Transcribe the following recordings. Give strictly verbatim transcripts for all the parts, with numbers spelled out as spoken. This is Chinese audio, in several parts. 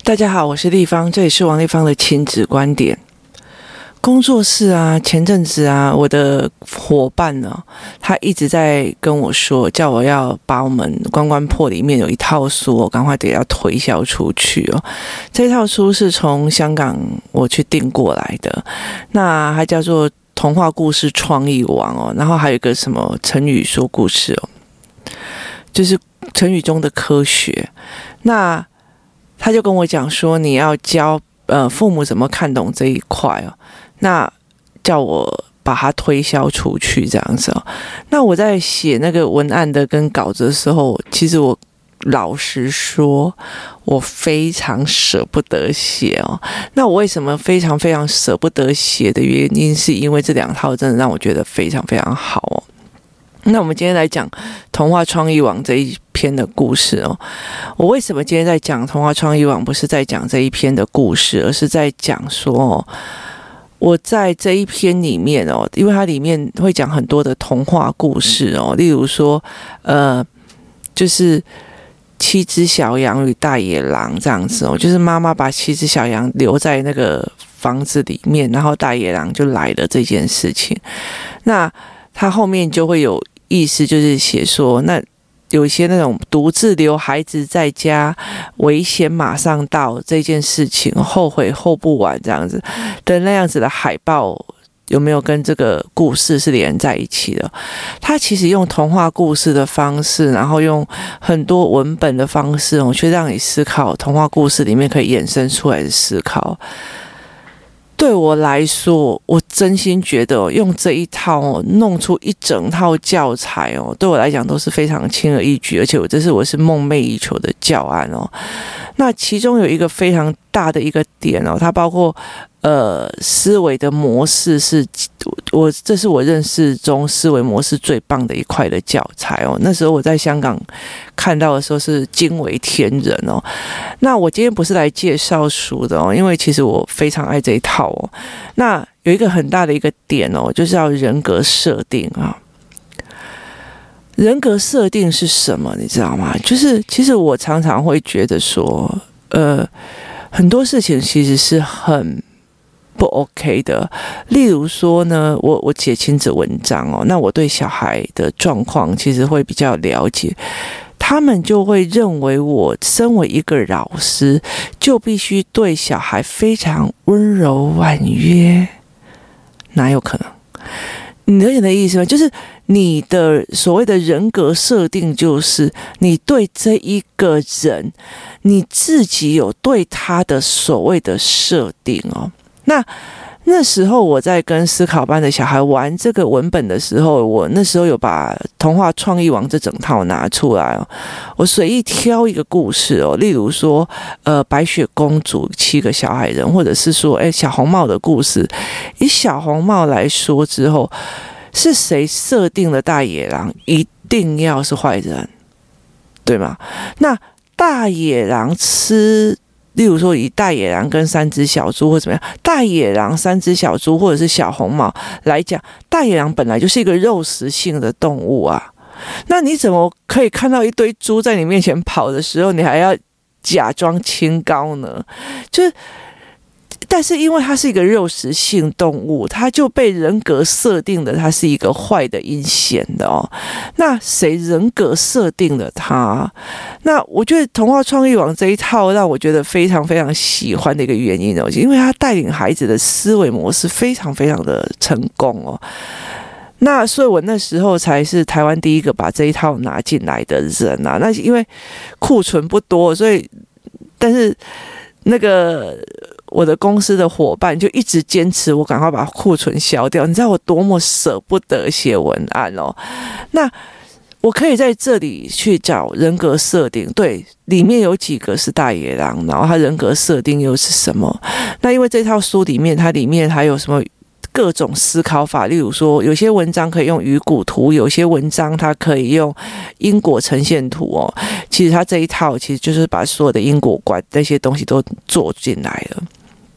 大家好，我是立方，这里是王立方的亲子观点。工作室啊，前阵子啊，我的伙伴呢、哦，他一直在跟我说，叫我要把我们关关破里面有一套书，我赶快得要推销出去哦。这套书是从香港我去订过来的，那它叫做童话故事创意网哦，然后还有一个什么成语说故事哦，就是成语中的科学。那他就跟我讲说，你要教呃父母怎么看懂这一块哦，那叫我把它推销出去这样子哦。那我在写那个文案的跟稿子的时候，其实我老实说，我非常舍不得写哦。那我为什么非常非常舍不得写的原因，是因为这两套真的让我觉得非常非常好哦。那我们今天来讲童话创意网这一篇的故事哦。我为什么今天在讲童话创意网，不是在讲这一篇的故事，而是在讲说哦，我在这一篇里面哦，因为它里面会讲很多的童话故事哦，例如说呃，就是七只小羊与大野狼这样子哦，就是妈妈把七只小羊留在那个房子里面，然后大野狼就来了这件事情。那它后面就会有意思，就是写说，那有一些那种独自留孩子在家，危险马上到这件事情，后悔后不晚这样子的那样子的海报，有没有跟这个故事是连在一起的？他其实用童话故事的方式，然后用很多文本的方式哦，去让你思考童话故事里面可以衍生出来的思考。对我来说，我真心觉得、哦、用这一套、哦、弄出一整套教材哦，对我来讲都是非常轻而易举，而且我这是我是梦寐以求的教案哦。那其中有一个非常大的一个点哦，它包括呃思维的模式是，我这是我认识中思维模式最棒的一块的教材哦。那时候我在香港看到的时候是惊为天人哦。那我今天不是来介绍书的哦，因为其实我非常爱这一套哦。那有一个很大的一个点哦，就是要人格设定啊。人格设定是什么？你知道吗？就是其实我常常会觉得说，呃，很多事情其实是很不 OK 的。例如说呢，我我写亲子文章哦，那我对小孩的状况其实会比较了解。他们就会认为我身为一个老师，就必须对小孩非常温柔婉约，哪有可能？你了解的意思吗？就是你的所谓的人格设定，就是你对这一个人，你自己有对他的所谓的设定哦。那那时候我在跟思考班的小孩玩这个文本的时候，我那时候有把童话创意网这整套拿出来哦，我随意挑一个故事哦，例如说呃白雪公主七个小矮人，或者是说哎小红帽的故事。以小红帽来说之后，是谁设定了大野狼一定要是坏人，对吗？那大野狼吃，例如说以大野狼跟三只小猪或怎么样，大野狼、三只小猪或者是小红帽来讲，大野狼本来就是一个肉食性的动物啊，那你怎么可以看到一堆猪在你面前跑的时候，你还要假装清高呢？就是但是因为它是一个肉食性动物，它就被人格设定的它是一个坏的阴险的哦。那谁人格设定了它？那我觉得童话创意网这一套让我觉得非常非常喜欢的一个原因哦，因为它带领孩子的思维模式非常非常的成功哦。那所以我那时候才是台湾第一个把这一套拿进来的人啊。那因为库存不多，所以但是那个我的公司的伙伴就一直坚持我赶快把库存销掉，你知道我多么舍不得写文案哦。那我可以在这里去找人格设定，对，里面有几个是大野狼，然后他人格设定又是什么？那因为这套书里面，它里面还有什么各种思考法，例如说有些文章可以用鱼骨图，有些文章它可以用因果呈现图哦。其实它这一套其实就是把所有的因果观那些东西都做进来了。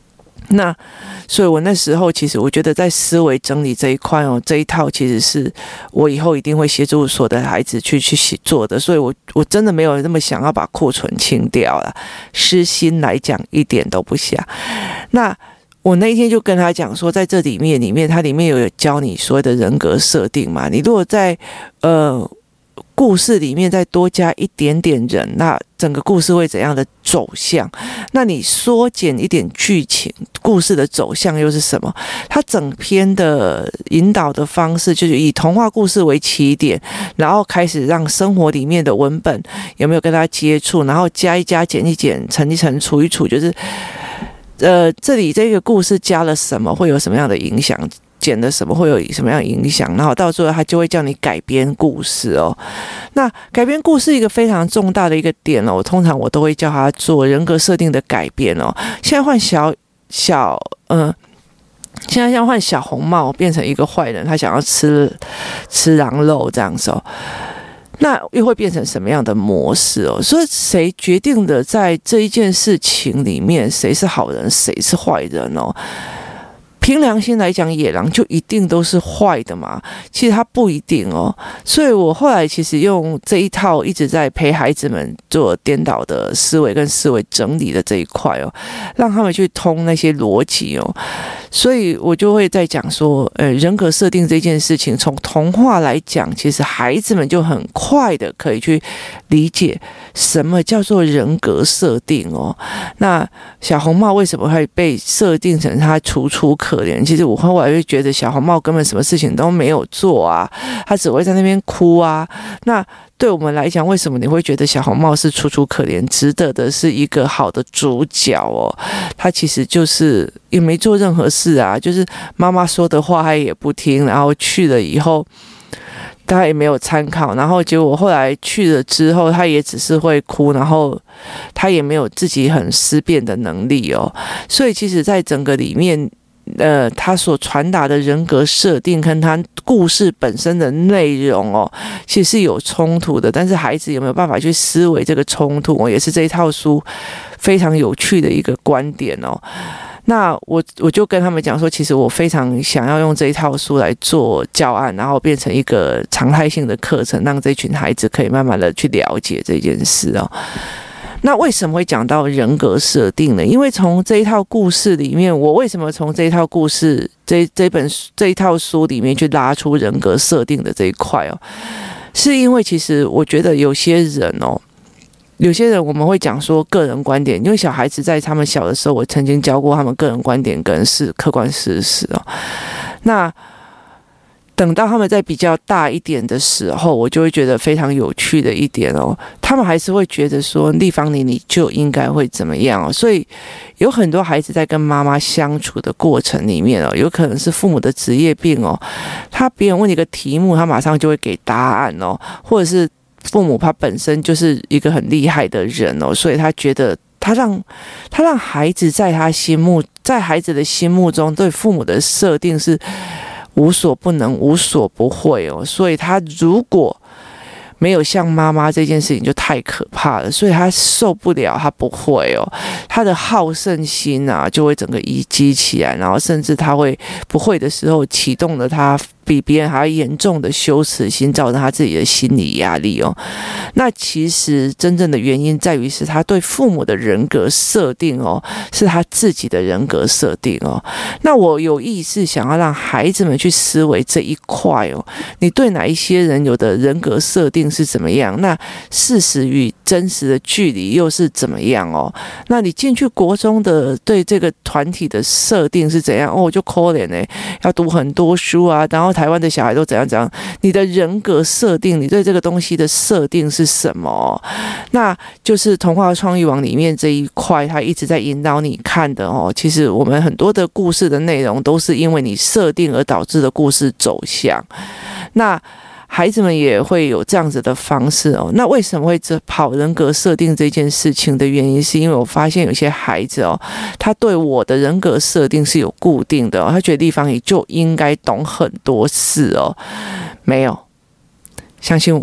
那所以我那时候其实我觉得在思维整理这一块哦，这一套其实是我以后一定会协助所有的孩子去去做的，所以我我真的没有那么想要把库存清掉了，私心来讲一点都不想。那我那一天就跟他讲说，在这里面里面它里面有教你所谓的人格设定嘛，你如果在呃故事里面再多加一点点人，那整个故事会怎样的走向？那你缩减一点剧情，故事的走向又是什么？它整篇的引导的方式就是以童话故事为起点，然后开始让生活里面的文本有没有跟他接触，然后加一加减一减乘一乘除一除，就是呃这里这个故事加了什么会有什么样的影响，减了什么会有什么样的影响，然后到最后他就会叫你改编故事哦。那改编故事一个非常重大的一个点哦，我通常我都会叫他做人格设定的改编哦。现在换小小嗯。现在要换小红帽变成一个坏人，他想要吃吃狼肉这样子哦，那又会变成什么样的模式哦？所以谁决定的在这一件事情里面谁是好人谁是坏人哦？凭良心来讲，野狼就一定都是坏的嘛？其实他不一定哦。所以我后来其实用这一套一直在陪孩子们做颠倒的思维跟思维整理的这一块哦，让他们去通那些逻辑哦。所以我就会在讲说，呃，人格设定这件事情，从童话来讲，其实孩子们就很快的可以去理解什么叫做人格设定哦。那小红帽为什么会被设定成他楚楚可怜？其实我后来会觉得小红帽根本什么事情都没有做啊，他只会在那边哭啊。那对我们来讲，为什么你会觉得小红帽是楚楚可怜，值得的是一个好的主角哦？他其实就是也没做任何事啊，就是妈妈说的话他也不听，然后去了以后他也没有参考，然后结果后来去了之后他也只是会哭，然后他也没有自己很思辨的能力哦。所以其实在整个里面呃，他所传达的人格设定跟他故事本身的内容哦，其实是有冲突的。但是孩子有没有办法去思维这个冲突哦，也是这一套书非常有趣的一个观点哦。那我我就跟他们讲说，其实我非常想要用这一套书来做教案，然后变成一个常态性的课程，让这群孩子可以慢慢的去了解这件事哦。那为什么会讲到人格设定呢？因为从这一套故事里面，我为什么从这一套故事这这本这一套书里面去拉出人格设定的这一块哦，是因为其实我觉得有些人哦，有些人我们会讲说个人观点，因为小孩子在他们小的时候，我曾经教过他们个人观点跟是客观事实哦。那等到他们在比较大一点的时候，我就会觉得非常有趣的一点哦，他们还是会觉得说立方你你就应该会怎么样哦，所以有很多孩子在跟妈妈相处的过程里面哦，有可能是父母的职业病哦，他别人问你一个题目，他马上就会给答案哦，或者是父母他本身就是一个很厉害的人哦，所以他觉得他让他让孩子在他心目在孩子的心目中对父母的设定是无所不能无所不会哦，所以他如果没有像妈妈这件事情就太可怕了，所以他受不了，他不会哦，他的好胜心啊就会整个一激起来，然后甚至他会不会的时候启动了他比别人还要严重的羞耻心，造成他自己的心理压力哦。那其实真正的原因在于是他对父母的人格设定哦，是他自己的人格设定哦。那我有意识想要让孩子们去思维这一块哦，你对哪一些人有的人格设定是怎么样？那事实与真实的距离又是怎么样哦？那你进去国中的对这个团体的设定是怎样？哦，我就可怜哎，要读很多书啊，然后台湾的小孩都怎样怎样？你的人格设定，你对这个东西的设定是什么？那就是童话创意网里面这一块，它一直在引导你看的哦。其实我们很多的故事的内容都是因为你设定而导致的故事走向。那孩子们也会有这样子的方式哦。那为什么会跑人格设定这件事情的原因，是因为我发现有些孩子哦，他对我的人格设定是有固定的哦，他觉得立方体就应该懂很多事哦。没有，相信我，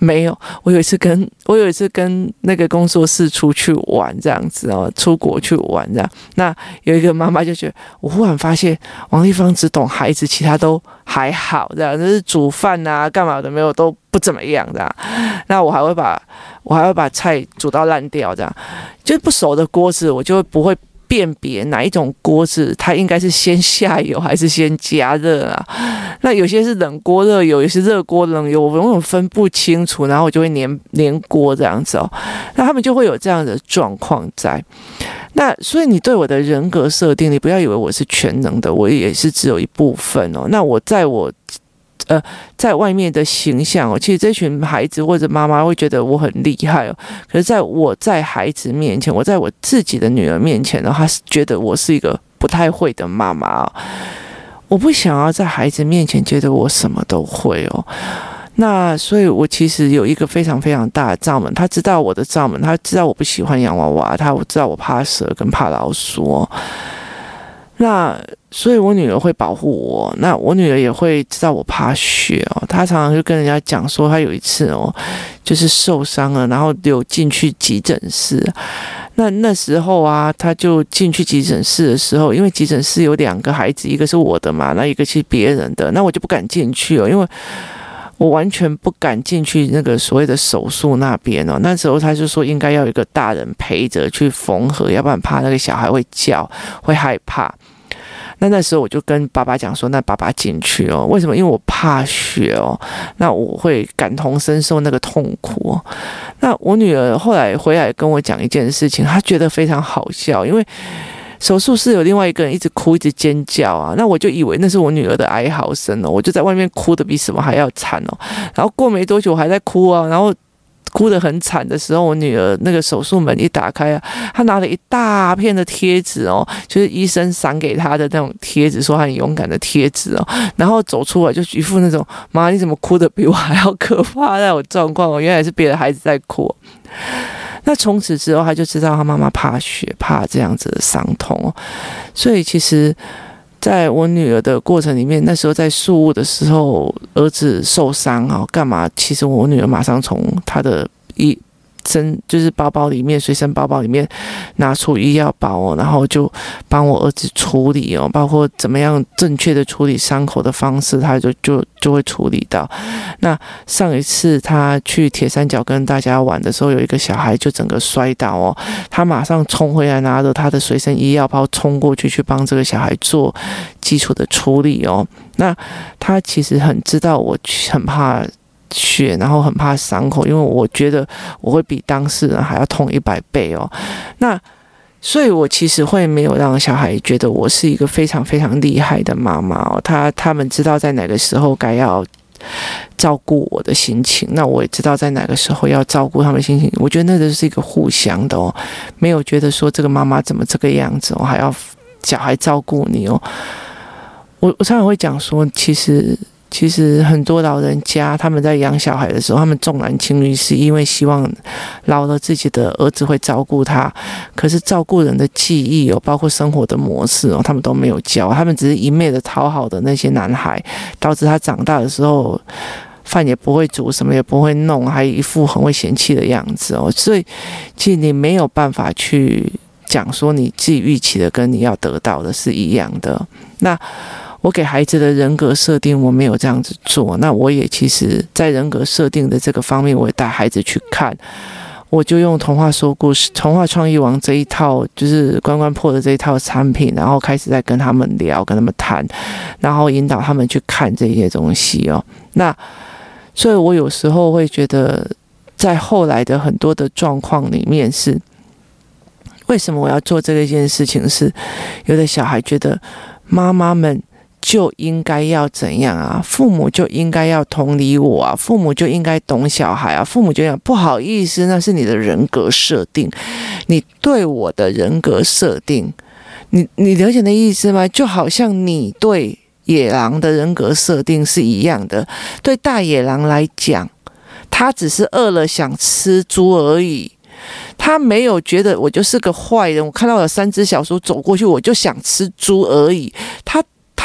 没有，我有一次跟我有一次跟那个工作室出去玩这样子哦，出国去玩这样。那有一个妈妈就觉得，我忽然发现王丽芳只懂孩子，其他都还好这样，就是煮饭啊干嘛的没有都不怎么样这样。那我还会把我还会把菜煮到烂掉这样，就是不熟的锅子我就不会辨别哪一种锅子它应该是先下油还是先加热啊。那有些是冷锅热油，有些是热锅冷油，我永远分不清楚，然后我就会粘粘锅这样子哦。那他们就会有这样的状况在。那所以你对我的人格设定，你不要以为我是全能的，我也是只有一部分哦。那我在我呃，在外面的形象哦，其实这群孩子或者妈妈会觉得我很厉害哦。可是在我在孩子面前，我在我自己的女儿面前呢，她是觉得我是一个不太会的妈妈哦。我不想要在孩子面前觉得我什么都会哦。那所以我其实有一个非常非常大的罩门，他知道我的罩门，他知道我不喜欢洋娃娃，他知道我怕蛇跟怕老鼠哦。那所以我女儿会保护我，那我女儿也会知道我怕血哦。她常常就跟人家讲说，她有一次哦，就是受伤了，然后流进去急诊室。那那时候啊，她就进去急诊室的时候，因为急诊室有两个孩子，一个是我的嘛，那一个是别人的，那我就不敢进去哦，因为我完全不敢进去那个所谓的手术那边哦。那时候他就说应该要有一个大人陪着去缝合，要不然怕那个小孩会叫，会害怕。那那时候我就跟爸爸讲说，那爸爸进去哦。为什么？因为我怕血哦，那我会感同身受那个痛苦哦。那我女儿后来回来跟我讲一件事情，她觉得非常好笑，因为手术室有另外一个人一直哭一直尖叫啊，那我就以为那是我女儿的哀嚎声哦，我就在外面哭得比什么还要惨哦。然后过没多久我还在哭啊，然后哭得很惨的时候，我女儿那个手术门一打开啊，她拿了一大片的贴纸哦，就是医生赏给她的那种贴纸，说她很勇敢的贴纸哦，然后走出来就一副那种妈你怎么哭得比我还要可怕那种状况哦，原来是别的孩子在哭哦。那从此之后，他就知道他妈妈怕血，怕这样子的伤痛哦。所以其实，在我女儿的过程里面，那时候在宿务的时候，儿子受伤啊，干嘛？其实我女儿马上从她的一身就是包包里面，随身包包里面拿出医药包哦，然后就帮我儿子处理哦，包括怎么样正确的处理伤口的方式，他就就就会处理到。那上一次他去铁三角跟大家玩的时候，有一个小孩就整个摔倒哦，他马上冲回来拿着他的随身医药包冲过去去帮这个小孩做基础的处理哦。那他其实很知道我很怕血，然后很怕伤口，因为我觉得我会比当事人还要痛一百倍哦。那所以我其实会没有让小孩觉得我是一个非常非常厉害的妈妈哦。他他们知道在哪个时候该要照顾我的心情，那我也知道在哪个时候要照顾他们的心情。我觉得那就是一个互相的哦，没有觉得说这个妈妈怎么这个样子哦，还要小孩照顾你哦。我我常常会讲说，其实。其实很多老人家他们在养小孩的时候，他们重男轻女是因为希望老了自己的儿子会照顾他，可是照顾人的技艺哦，包括生活的模式哦，他们都没有教，他们只是一昧的讨好的那些男孩，导致他长大的时候饭也不会煮，什么也不会弄，还一副很会嫌弃的样子哦。所以其实你没有办法去讲说你自己预期的跟你要得到的是一样的。那我给孩子的人格设定我没有这样子做，那我也其实在人格设定的这个方面，我也带孩子去看，我就用童话说故事、童话创意王这一套，就是关关破的这一套产品，然后开始在跟他们聊、跟他们谈，然后引导他们去看这些东西哦。那所以我有时候会觉得，在后来的很多的状况里面是，为什么我要做这个一件事情是，有的小孩觉得妈妈们就应该要怎样啊？父母就应该要同理我啊，父母就应该懂小孩啊，父母就要不好意思，那是你的人格设定，你对我的人格设定，你你了解的意思吗？就好像你对野狼的人格设定是一样的，对大野狼来讲，他只是饿了想吃猪而已。他没有觉得我就是个坏人，我看到有三只小猪走过去，我就想吃猪而已。他他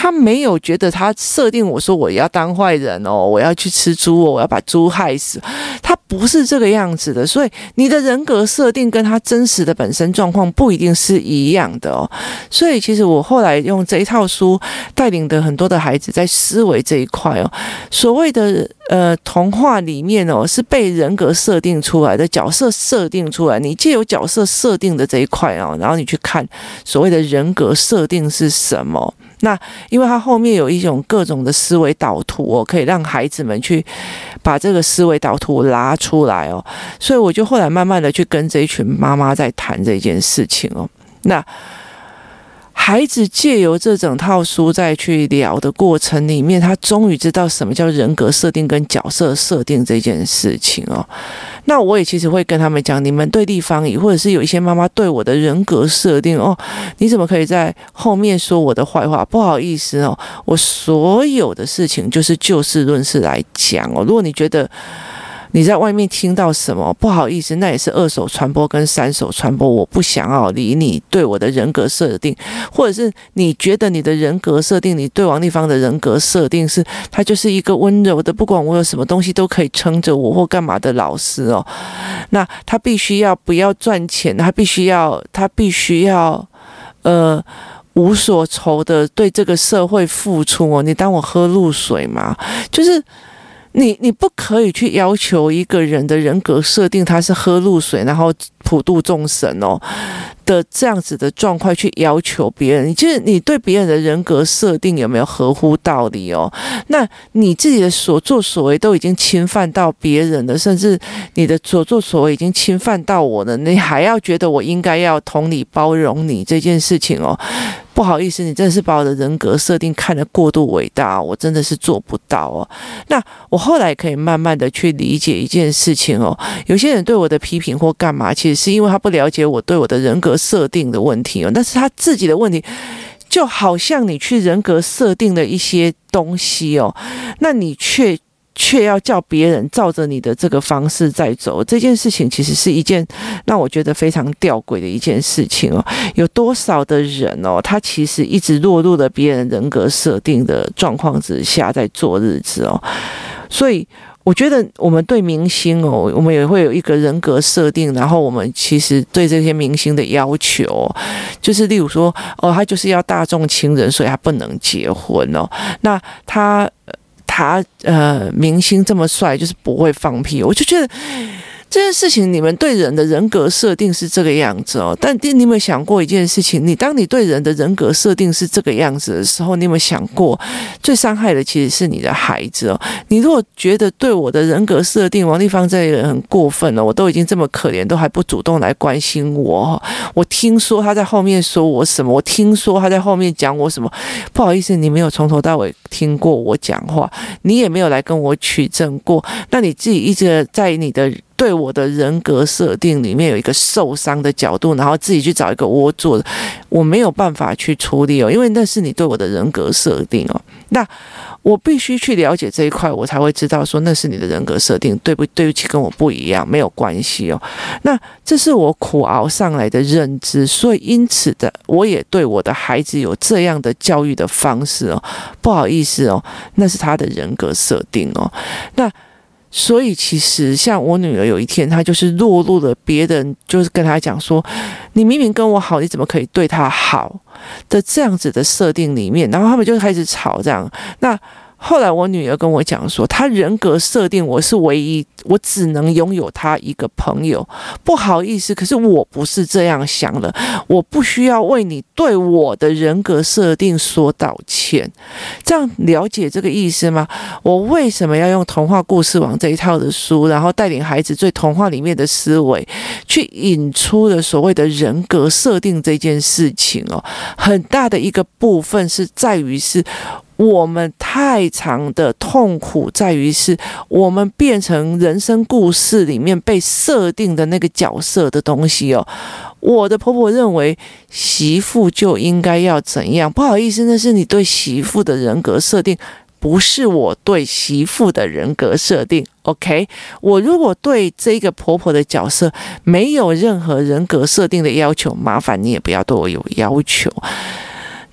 他没有觉得他设定我说我要当坏人哦，我要去吃猪哦，我要把猪害死，他不是这个样子的。所以你的人格设定跟他真实的本身状况不一定是一样的哦。所以其实我后来用这一套书带领的很多的孩子在思维这一块哦，所谓的呃童话里面哦是被人格设定出来的，角色设定出来，你借由角色设定的这一块哦，然后你去看所谓的人格设定是什么。那因为它后面有一种各种的思维导图哦，可以让孩子们去把这个思维导图拉出来哦，所以我就后来慢慢的去跟这一群妈妈在谈这件事情哦。那孩子借由这整套书再去聊的过程里面，他终于知道什么叫人格设定跟角色设定这件事情哦。那我也其实会跟他们讲，你们对立方乙，或者是有一些妈妈对我的人格设定哦，你怎么可以在后面说我的坏话？不好意思哦，我所有的事情就是就事论事来讲哦。如果你觉得你在外面听到什么，不好意思，那也是二手传播跟三手传播，我不想要理你对我的人格设定，或者是你觉得你的人格设定，你对王立芳的人格设定是他就是一个温柔的，不管我有什么东西都可以撑着我或干嘛的老师哦，那他必须要不要赚钱，他必须要他必须要呃无所求的对这个社会付出哦，你当我喝露水吗？就是你你不可以去要求一个人的人格设定他是喝露水然后普度众生哦的这样子的状况去要求别人，就是你对别人的人格设定有没有合乎道理哦？那你自己的所作所为都已经侵犯到别人了，甚至你的所作所为已经侵犯到我了，你还要觉得我应该要同理包容你这件事情哦？不好意思，你真的是把我的人格设定看得过度伟大，我真的是做不到哦。那我后来可以慢慢的去理解一件事情哦，有些人对我的批评或干嘛，其实是因为他不了解我对我的人格设定的问题哦，那是他自己的问题。就好像你去人格设定的一些东西哦，那你却却要叫别人照着你的这个方式在走，这件事情其实是一件让我觉得非常吊诡的一件事情哦。有多少的人哦，他其实一直落入了别人人格设定的状况之下在做日子哦。所以我觉得我们对明星哦，我们也会有一个人格设定，然后我们其实对这些明星的要求，就是例如说哦，他就是要大众情人，所以他不能结婚哦。那他他呃，明星这么帅，就是不会放屁。我就觉得这件事情，你们对人的人格设定是这个样子哦。但你有没有想过一件事情？你当你对人的人格设定是这个样子的时候，你有没有想过，最伤害的其实是你的孩子哦？你如果觉得对我的人格设定，王立芳这个人很过分了，我都已经这么可怜，都还不主动来关心我。我听说他在后面说我什么，我听说他在后面讲我什么。不好意思，你没有从头到尾听过我讲话，你也没有来跟我取证过，那你自己一直在你的对我的人格设定里面有一个受伤的角度，然后自己去找一个窝坐的，我没有办法去处理哦，因为那是你对我的人格设定哦。那我必须去了解这一块，我才会知道说那是你的人格设定，对不对不起，跟我不一样，没有关系哦。那这是我苦熬上来的认知，所以因此的，我也对我的孩子有这样的教育的方式哦。不好意思哦，那是他的人格设定哦。那所以其实像我女儿有一天，她就是落入了别人就是跟她讲说，你明明跟我好，你怎么可以对她好的这样子的设定里面，然后他们就开始吵这样。那后来我女儿跟我讲说，她人格设定我是唯一，我只能拥有她一个朋友。不好意思，可是我不是这样想的，我不需要为你对我的人格设定说道歉。这样了解这个意思吗？我为什么要用童话故事网这一套的书，然后带领孩子对童话里面的思维，去引出了所谓的人格设定这件事情哦？很大的一个部分是在于是，我们太长的痛苦在于是我们变成人生故事里面被设定的那个角色的东西哦。我的婆婆认为媳妇就应该要怎样，不好意思，那是你对媳妇的人格设定，不是我对媳妇的人格设定。 OK， 我如果对这个婆婆的角色没有任何人格设定的要求，麻烦你也不要对我有要求。那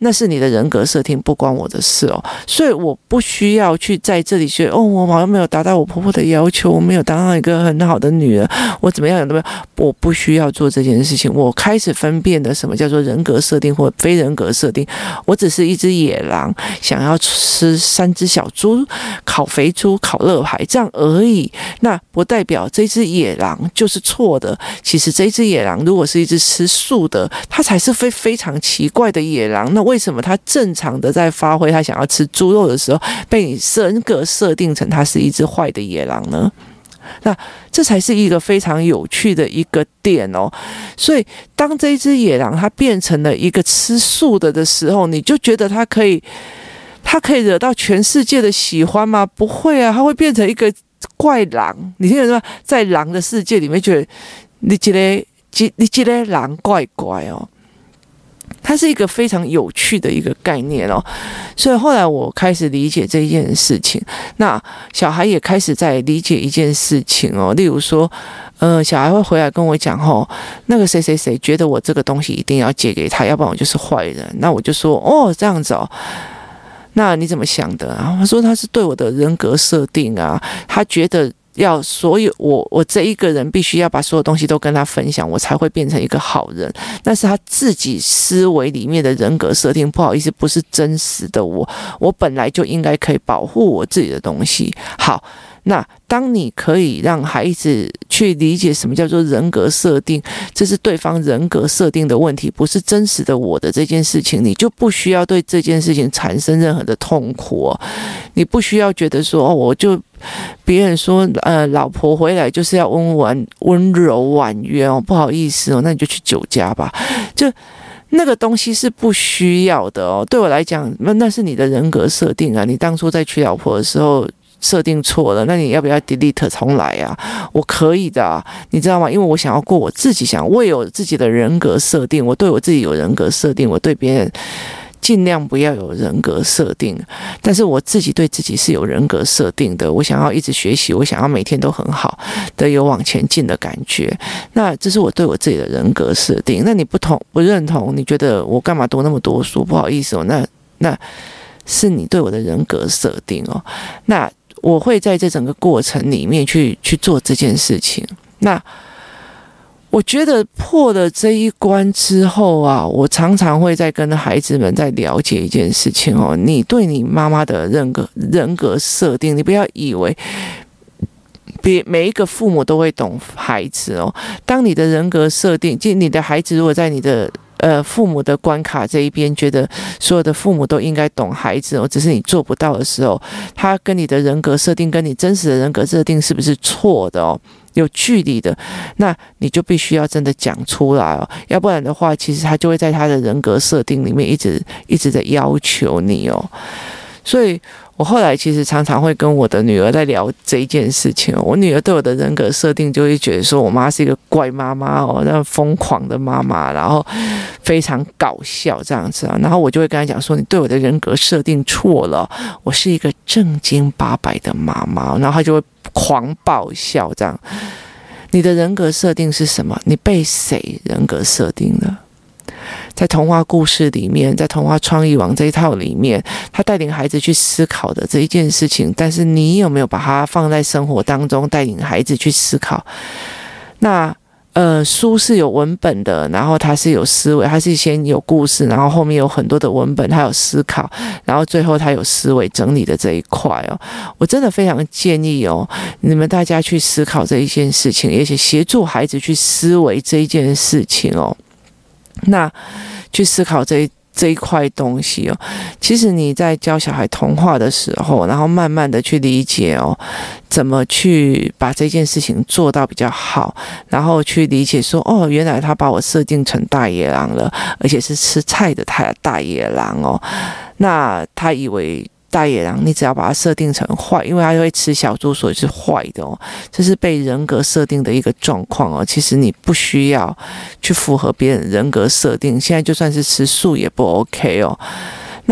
那是你的人格设定，不关我的事哦。所以我不需要去在这里觉得哦，我好像没有达到我婆婆的要求，我没有当上一个很好的女儿，我怎么样怎么样，我不需要做这件事情。我开始分辨的什么叫做人格设定或非人格设定。我只是一只野狼，想要吃三只小猪，烤肥猪，烤乐排，这样而已。那不代表这只野狼就是错的。其实这只野狼如果是一只吃素的，它才是非非常奇怪的野狼。那为什么它正常的在发挥它想要吃猪肉的时候，被你人格设定成它是一只坏的野狼呢？那这才是一个非常有趣的一个点哦。所以当这一只野狼它变成了一个吃素的的时候，你就觉得它可以它可以惹到全世界的喜欢吗？不会啊，它会变成一个怪狼。你听得懂吗？在狼的世界里面，觉得你这个你这个狼怪怪哦。它是一个非常有趣的一个概念哦，所以后来我开始理解这件事情，那小孩也开始在理解一件事情哦，例如说，呃，小孩会回来跟我讲哦，那个谁谁谁觉得我这个东西一定要借给他，要不然我就是坏人。那我就说，哦，这样子哦。那你怎么想的啊？他说他是对我的人格设定啊，他觉得要所有我我这一个人必须要把所有东西都跟他分享，我才会变成一个好人。那是他自己思维里面的人格设定，不好意思，不是真实的我。我本来就应该可以保护我自己的东西。好，那当你可以让孩子去理解什么叫做人格设定，这是对方人格设定的问题，不是真实的我的这件事情，你就不需要对这件事情产生任何的痛苦哦。你不需要觉得说哦，我就别人说呃，老婆回来就是要温婉温柔婉约哦，不好意思哦，那你就去酒家吧，就那个东西是不需要的哦。对我来讲，那那是你的人格设定啊，你当初在娶老婆的时候设定错了，那你要不要 delete 重来啊？我可以的啊，你知道吗？因为我想要过我自己想，我有自己的人格设定，我对我自己有人格设定，我对别人尽量不要有人格设定，但是我自己对自己是有人格设定的。我想要一直学习，我想要每天都很好的有往前进的感觉。那这是我对我自己的人格设定。那你不同不认同，你觉得我干嘛读那么多书？不好意思哦，那那是你对我的人格设定哦。那我会在这整个过程里面去去做这件事情。那我觉得破了这一关之后啊，我常常会在跟孩子们在了解一件事情哦，你对你妈妈的人格人格设定，你不要以为别每一个父母都会懂孩子哦。当你的人格设定，即你的孩子如果在你的呃，父母的关卡这一边，觉得所有的父母都应该懂孩子哦，只是你做不到的时候，他跟你的人格设定，跟你真实的人格设定是不是错的哦？有距离的，那你就必须要真的讲出来哦，要不然的话，其实他就会在他的人格设定里面一直一直在要求你哦。所以我后来其实常常会跟我的女儿在聊这一件事情哦。我女儿对我的人格设定就会觉得说我妈是一个怪妈妈哦，那疯狂的妈妈，然后非常搞笑这样子啊。然后我就会跟她讲说，你对我的人格设定错了，我是一个正经八百的妈妈。然后她就会狂爆笑这样。你的人格设定是什么？你被谁人格设定了？在童话故事里面，在童话创意网这一套里面，他带领孩子去思考的这一件事情，但是你有没有把它放在生活当中，带领孩子去思考？那呃，书是有文本的，然后它是有思维，它是先有故事，然后后面有很多的文本，它有思考，然后最后它有思维整理的这一块哦。我真的非常建议哦，你们大家去思考这一件事情，而且协助孩子去思维这一件事情哦。那去思考这一这一块东西哦，其实你在教小孩童话的时候，然后慢慢的去理解哦，怎么去把这件事情做到比较好，然后去理解说，哦，原来他把我设定成大野狼了，而且是吃菜的大大野狼哦，那他以为大野狼，你只要把它设定成坏，因为它会吃小猪，所以是坏的哦。这是被人格设定的一个状况哦。其实你不需要去符合别人人格设定，现在就算是吃素也不 OK 哦。那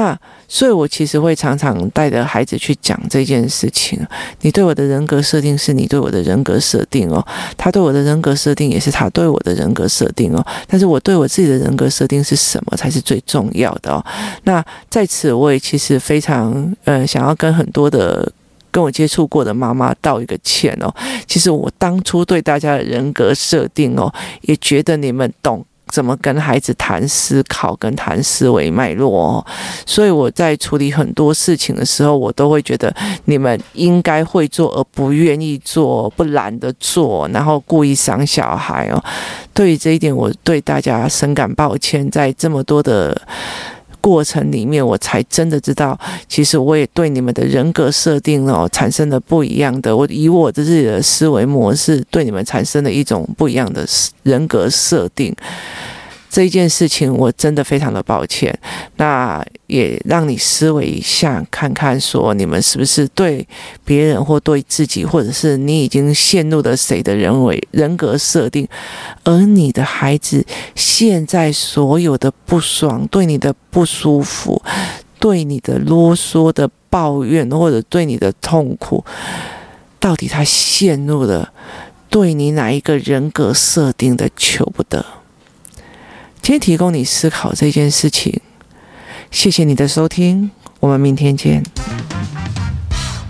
所以我其实会常常带着孩子去讲这件事情。你对我的人格设定是你对我的人格设定哦，他对我的人格设定也是他对我的人格设定哦。但是我对我自己的人格设定是什么才是最重要的哦。那在此我也其实非常呃想要跟很多的跟我接触过的妈妈道一个歉哦。其实我当初对大家的人格设定哦，也觉得你们懂怎么跟孩子谈思考跟谈思维脉络哦，所以我在处理很多事情的时候，我都会觉得你们应该会做而不愿意做，不懒得做，然后故意伤小孩哦。对于这一点，我对大家深感抱歉。在这么多的过程里面，我才真的知道，其实我也对你们的人格设定哦产生了不一样的，我以我自己的思维模式对你们产生了一种不一样的人格设定。这一件事情我真的非常的抱歉，那也让你思维一下，看看说你们是不是对别人或对自己，或者是你已经陷入了谁的人为人格设定，而你的孩子现在所有的不爽，对你的不舒服，对你的啰嗦的抱怨，或者对你的痛苦，到底他陷入了对你哪一个人格设定的求不得？今天提供你思考这件事情，谢谢你的收听，我们明天见。